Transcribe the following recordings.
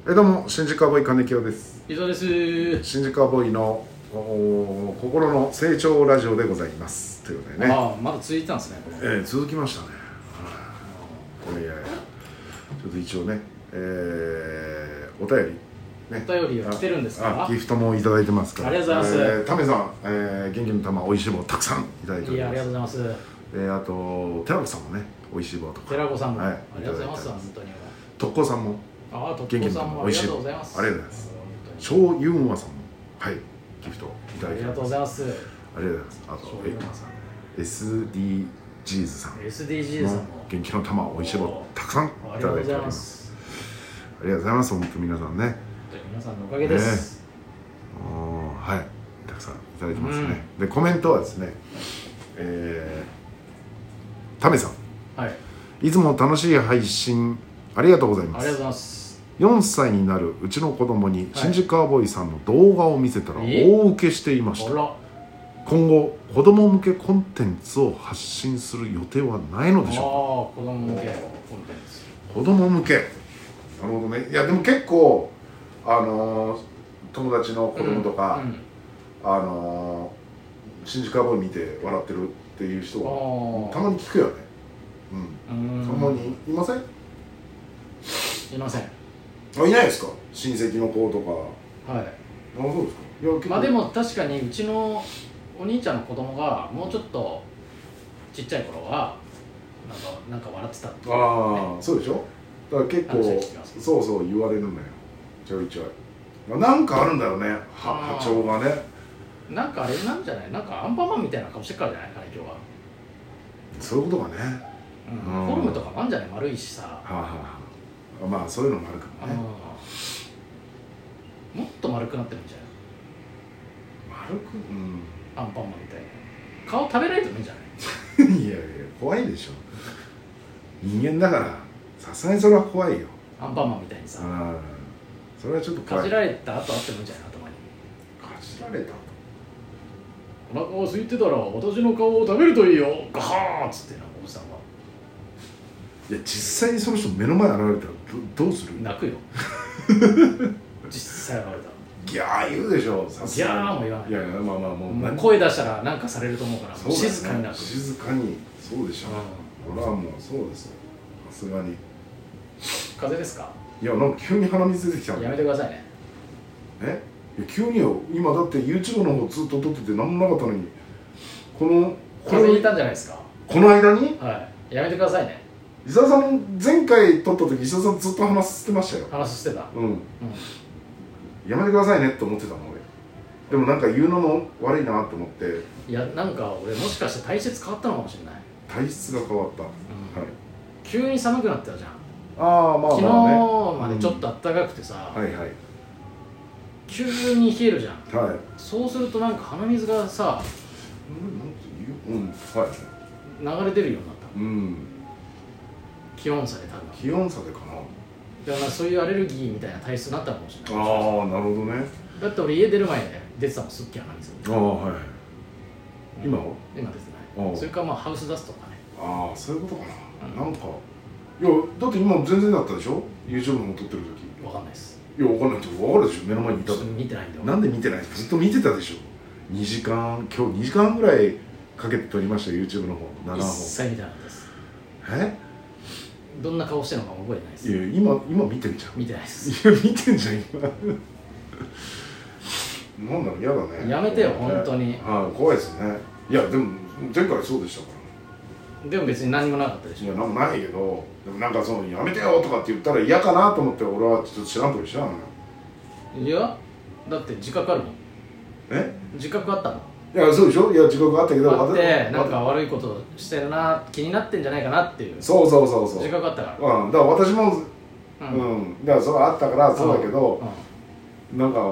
どうも新宿カーボーイ金清です。 伊藤です。 新宿カーボーイの心の成長ラジオでございますということでね。 まだ続いてたんですね、これ。 続きましたね。これちょっと一応ね、お便りね、 お便りが来てるんですか。 ギフトもいただいてますから。 ありがとうございます。 タメさん、元気の玉おいしい棒たくさんいただいております。 ありがとうございます。 あと寺子さんもね、おいしい棒とか。 寺子さんも、 はい、 ありがとうございます。本当に。 特攻さんも。 特攻さんもありがとうございます。 ありがとうございます。超ユンワさんもはいギフトいただいてありがとうございます。 ありがとうございます。あとSDGs さん SDGs さんも元気の玉おいしい棒たくさんいただいております。ありがとうございます。本当皆さんね。 皆さんのおかげです。 はいたくさんいただいてますね。でコメントはですね、タメさん、いつも楽しい配信ありがとうございます。 ありがとうございます。 4歳になるうちの子供に新宿カーボーイさんの動画を見せたら大受けしていました。今後子供向けコンテンツを発信する予定はないのでしょうか。 子供向けコンテンツ。 子供向け、なるほどね。いやでも結構友達の子供とか、新宿カーボーイ見て笑ってるっていう人はたまに聞くよね。たまにいません？ いません。 いないですか？親戚の子とか。はい。そうですか。 でも確かにうちのお兄ちゃんの子供がもうちょっとちっちゃい頃はなんか笑ってたって、 そうでしょ。だから結構そう言われるのよ。ちょいちょい。なんかあるんだよね。波長がね。 なんかあれなんじゃない？なんかアンパンマンみたいな顔してるからじゃないかな今日は。 そういうことがね。 フォルムとかもあるんじゃない？丸いしさ。 まあそういうのもあるかもね。 もっと丸くなってるんじゃない？丸く？ アンパンマンみたいな。顔食べられてもいいんじゃない？ いや怖いでしょ。人間だからさすがにそれは怖いよ。 アンパンマンみたいにさ。 それはちょっと怖い。 かじられた後あってもいいんじゃない？頭に。 かじられた後。 お腹が空いてたら私の顔を食べるといいよ。ガハーっつっておじさんが。 いや実際にその人目の前に現れたらどうする？ 泣くよ。実際現れたらギャー言うでしょ。 ギャーも言わない。 いやまあもう声出したら何かされると思うから静かになる。 静かに。そうでしょ。俺はもうそうですよ。さすがに。 風邪ですか？いやなんか急に鼻水出てきたんでやめてくださいね。 いや急によ。今だって YouTube の方ずっと撮ってて何もなかったのに風邪ひいたんじゃないですか？ この間に？ やめてくださいね。 伊沢さん前回撮った時伊沢さんずっと話してましたよ。 話してた。 やめてくださいねって思ってたの俺。でもなんか言うのも悪いなと思って。 いやなんか俺もしかして体質変わったのかもしれない。 体質が変わった。 急に寒くなったじゃん。昨日までちょっと暖かくてさ、急に冷えるじゃん。そうするとなんか鼻水がさ流れ出るようになった。気温差で多分。 気温差でかな。 だからそういうアレルギーみたいな体質になったかもしれない。 なるほどね。 だって俺家出る前で出てたもんすっげえ鼻水。 今は？ 今出てない。それからハウスダストとかね。 そういうことかな。なんかいやだって今全然だったでしょ。 YouTube も撮ってる時。 わかんないです。 いやわかんないって分かるでしょ。目の前にいた。 見てないんだよ。 なんで見てない？ずっと見てたでしょ。今日2時間ぐらいかけて撮りましたよ YouTube の方7本。 一切見てなかったです。どんな顔してるのかも覚えてないです。 いや今見てんじゃん。 見てないです。 いや見てんじゃん今。なんだろう嫌だね。 やめてよ本当に。 怖いですね。いやでも前回そうでしたから。 でも別に何もなかったでしょ。 いやなんもないけど、でもなんかやめてよとかって言ったら嫌かなと思って俺はちょっと知らんぷりしたのよ。 いやだって自覚あるもん。自覚あったもん。 いやそうでしょ。いや自覚あったけどあってなんか悪いことしてるな気になってんじゃないかなっていう。 そう自覚あったから。 だから私もだからそれあったからそうだけどなんか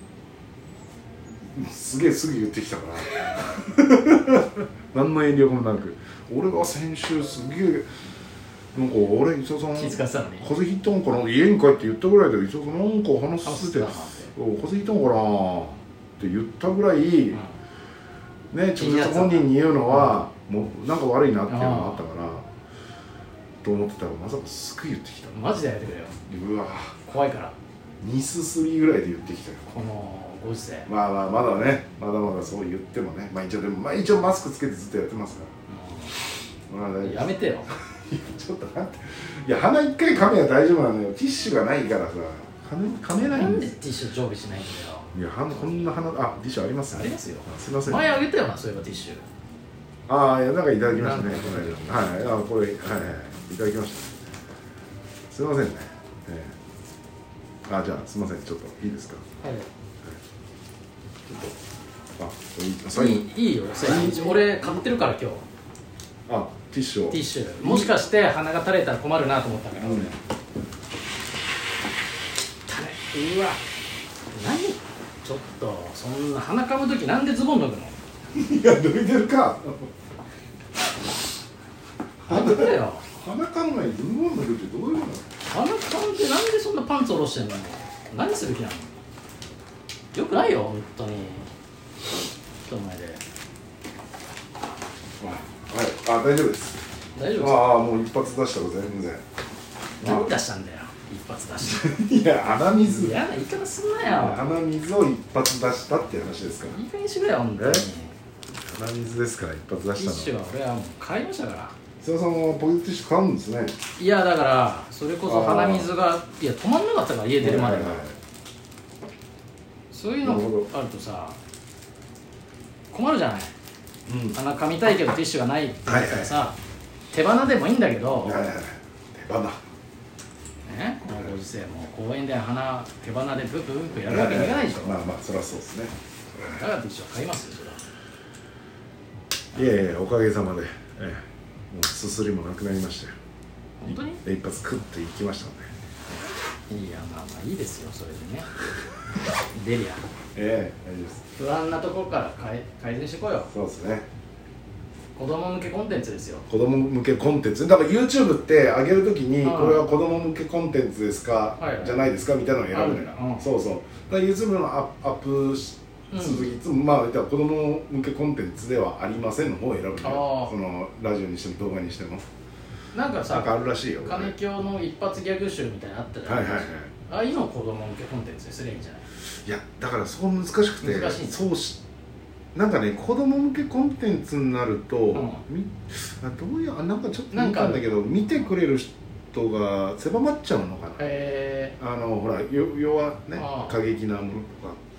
すげえすぐ言ってきたから何の遠慮もなく。俺が先週すげえなんか伊沢さん気遣ってたのに風邪ひいたんかな家に帰って言ったぐらいで伊沢さんなんか話してて風邪ひいたんかなって言ったぐらい直接本人に言うのはもうなんか悪いなっていうのがあったからと思ってたらまさかすぐ言ってきた。 マジでやめてくれよ。 うわ怖いから。 2すすりぐらいで言ってきたよ、 このご時世。 まだね、まだまだそう言ってもね、一応マスクつけてずっとやってますから、 やめてよちょっと待って、いや鼻一回噛めば大丈夫なのよ、ティッシュがないからさ、噛めないんです。 なんでティッシュ常備しないんだよ。 いや、こんなティッシュありますね。 ありますよ。 すいません。 前あげたよな、そういえばティッシュ。 いや、なんかいただきましたね、この間。はい、これ、はい、いただきました。すいませんね。じゃあ、すいません、ちょっといいですか。 はい。 いいよ、俺買ってるから今日。 ティッシュを。 ティッシュ。もしかして鼻が垂れたら困るなと思ったから。うわ、何？ちょっとそんな鼻かむときなんでズボン脱ぐの？ いや、脱いでるか。 脱ぐよ。 鼻かむ前にズボン脱ぐってどういうの？ 鼻かむってなんでそんなパンツ下ろしてんの？何する気なの？よくないよ、本当に。人前で。 大丈夫です。 大丈夫ですか？ もう一発出したら全然。 何出したんだよ、一発出した。 いや、鼻水。 嫌な言い方すんなよ。 鼻水を一発出したって話ですから。 いい加減しろよ、本当に。 鼻水ですから、一発出したの。 ティッシュは俺はもう買いましたから。 瀬尾さんはポケットティッシュ買うんですね。 いや、だからそれこそ鼻水が止まんなかったから、家出るまでが。そういうのあるとさ、困るじゃない。鼻かみたいけどティッシュがないって言ったらさ、手鼻でもいいんだけど、 手鼻ね、このご時世も公園で手鼻でブップやるわけにいかないでしょ。 そりゃそうですね。 だからティッシュは買いますよ、それは。いや、おかげさまで、もうすすりもなくなりましたよ。 本当に？ 一発食っていきましたんで。いや、いいですよ、それでね。出りゃ。 大丈夫です。 不安なところから改善してこいよ。 そうですね。 子供向けコンテンツですよ。 子供向けコンテンツだから YouTube って上げるときにこれは子供向けコンテンツですか、じゃないですかみたいなのを選ぶのよ。そうそう。だから YouTube のアップ続き、いつも子供向けコンテンツではありませんの方を選ぶのよ。そのラジオにしても動画にしても。 なんかさ、 あるらしいよ。 金京の一発ギャグ集みたいなのあったじゃないですか。ああいうのを子供向けコンテンツにすればいいんじゃない？ いや、だからそこ難しくて、なんかね、子供向けコンテンツになると、どういうなんかちょっと見たんだけど、見てくれる人が狭まっちゃうのかな。ほら、要はね、過激なものとか。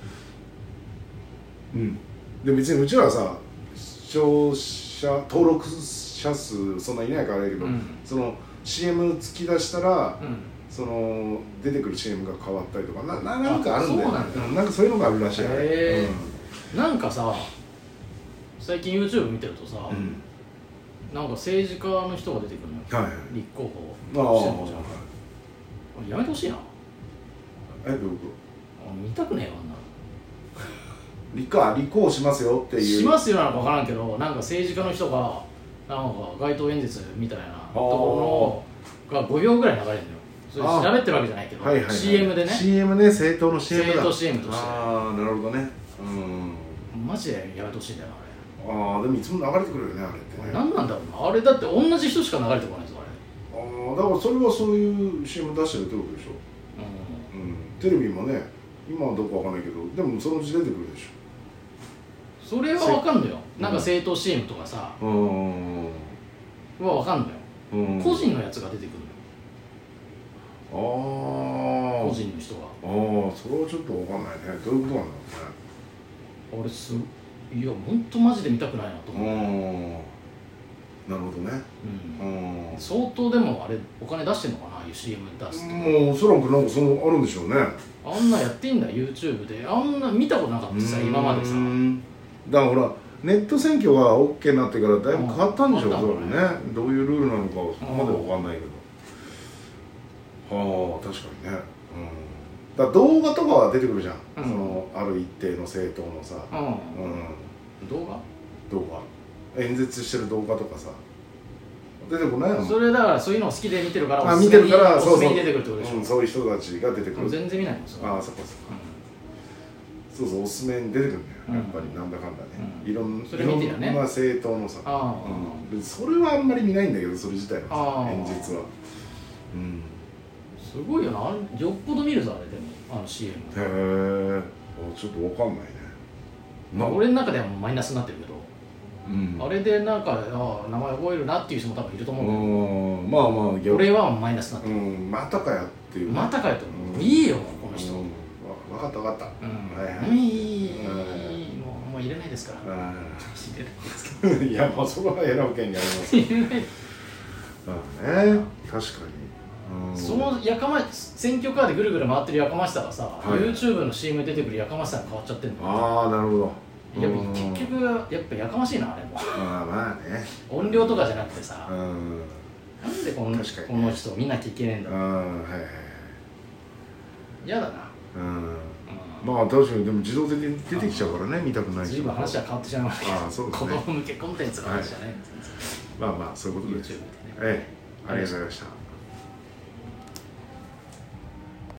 で別にうちらはさ、視聴者登録者数そんないないからだけど、その CM 突き出したら、その出てくる CM が変わったりとかなんかあるんだよ。なんかそういうのがあるらしい。 なんかさ、最近 YouTube 見てるとさ、なんか政治家の人が出てくるのよ。立候補してるのじゃん。やめてほしいな。 どういうこと？ 見たくねえよ、あんな立候補しますよっていう。 しますよなのか分からんけど、なんか政治家の人がなんか街頭演説みたいなところが5秒ぐらい流れるのよ。それ喋ってるわけじゃないけど、CM でね。 CM ね、政党の CM だ。 政党 CM として。 なるほどね。 マジでやめてほしいんだよな、 あれ。でもいつも流れてくるよね、あれってね。 何なんだろうな、あれだって同じ人しか流れてこないぞ、あれ。 だからそれはそういう CM 出してるってことでしょ。テレビもね、今はどうかわかんないけど、でもそのうち出てくるでしょ。 それは分かんのよ。なんか政党 CM とかさは分かんのよ。個人のやつが出てくるのよ。個人の人が。 それはちょっと分かんないね。どういうことなんだろうね。 いや、ほんとマジで見たくないなと思う。 なるほどね。 相当でもあれお金出してんのかな、ああいう CM 出すって。 もうおそらくなんかそのあるんでしょうね。 あんなやっていいんだ、 YouTube で。あんな見たことなかったさ、今までさ。 だからほら、ネット選挙が OK になってからだいぶ変わったんでしょう、それね。どういうルールなのかそこまで分かんないけど。確かにね。だから動画とかは出てくるじゃん。そのある一定の政党のさ。 動画演説してる動画とかさ出てこないの。 それだからそういうのを好きで見てるから、おすすめに出てくるってことでしょ。 そういう人たちが出てくる。 全然見ないもん。 そっかそっか。そうそう、おすすめに出てくるんだよ、やっぱりなんだかんだね。いろんな政党のさ、それはあんまり見ないんだけど、それ自体の演説は。 そすごいよな、よっぽど見るぞあれ。でもCM。 へえ、ちょっと分かんないね。 俺の中ではマイナスになってるけど、 うん、 あれでなんか名前覚えるなっていう人も多分いると思うんだけど、 まあまあ俺はマイナスになってる。 またかやっていう、 またかよと思う。いいよこの人。 分かった分かった。 いい、もう入れないですから。入れないですけど。 いや、もうそこは選ぶ権利あります入れない。確かに。 そのやかま選挙カーでぐるぐる回ってるやかましさがさ、YouTube の CM 出てくるやかましさが変わっちゃってんの。 ああ、なるほど。 やっぱ結局やっぱやかましいなあれも。 まあね。 音量とかじゃなくてさ、なんでこの人見なきゃいけねえんだろう。嫌だな。 まあ確かに、でも自動的に出てきちゃうからね、見たくない人。 随分話は変わってしまいましたけど、子供向けコンテンツの話じゃね。 まあまあそういうことです。ありがとうございました。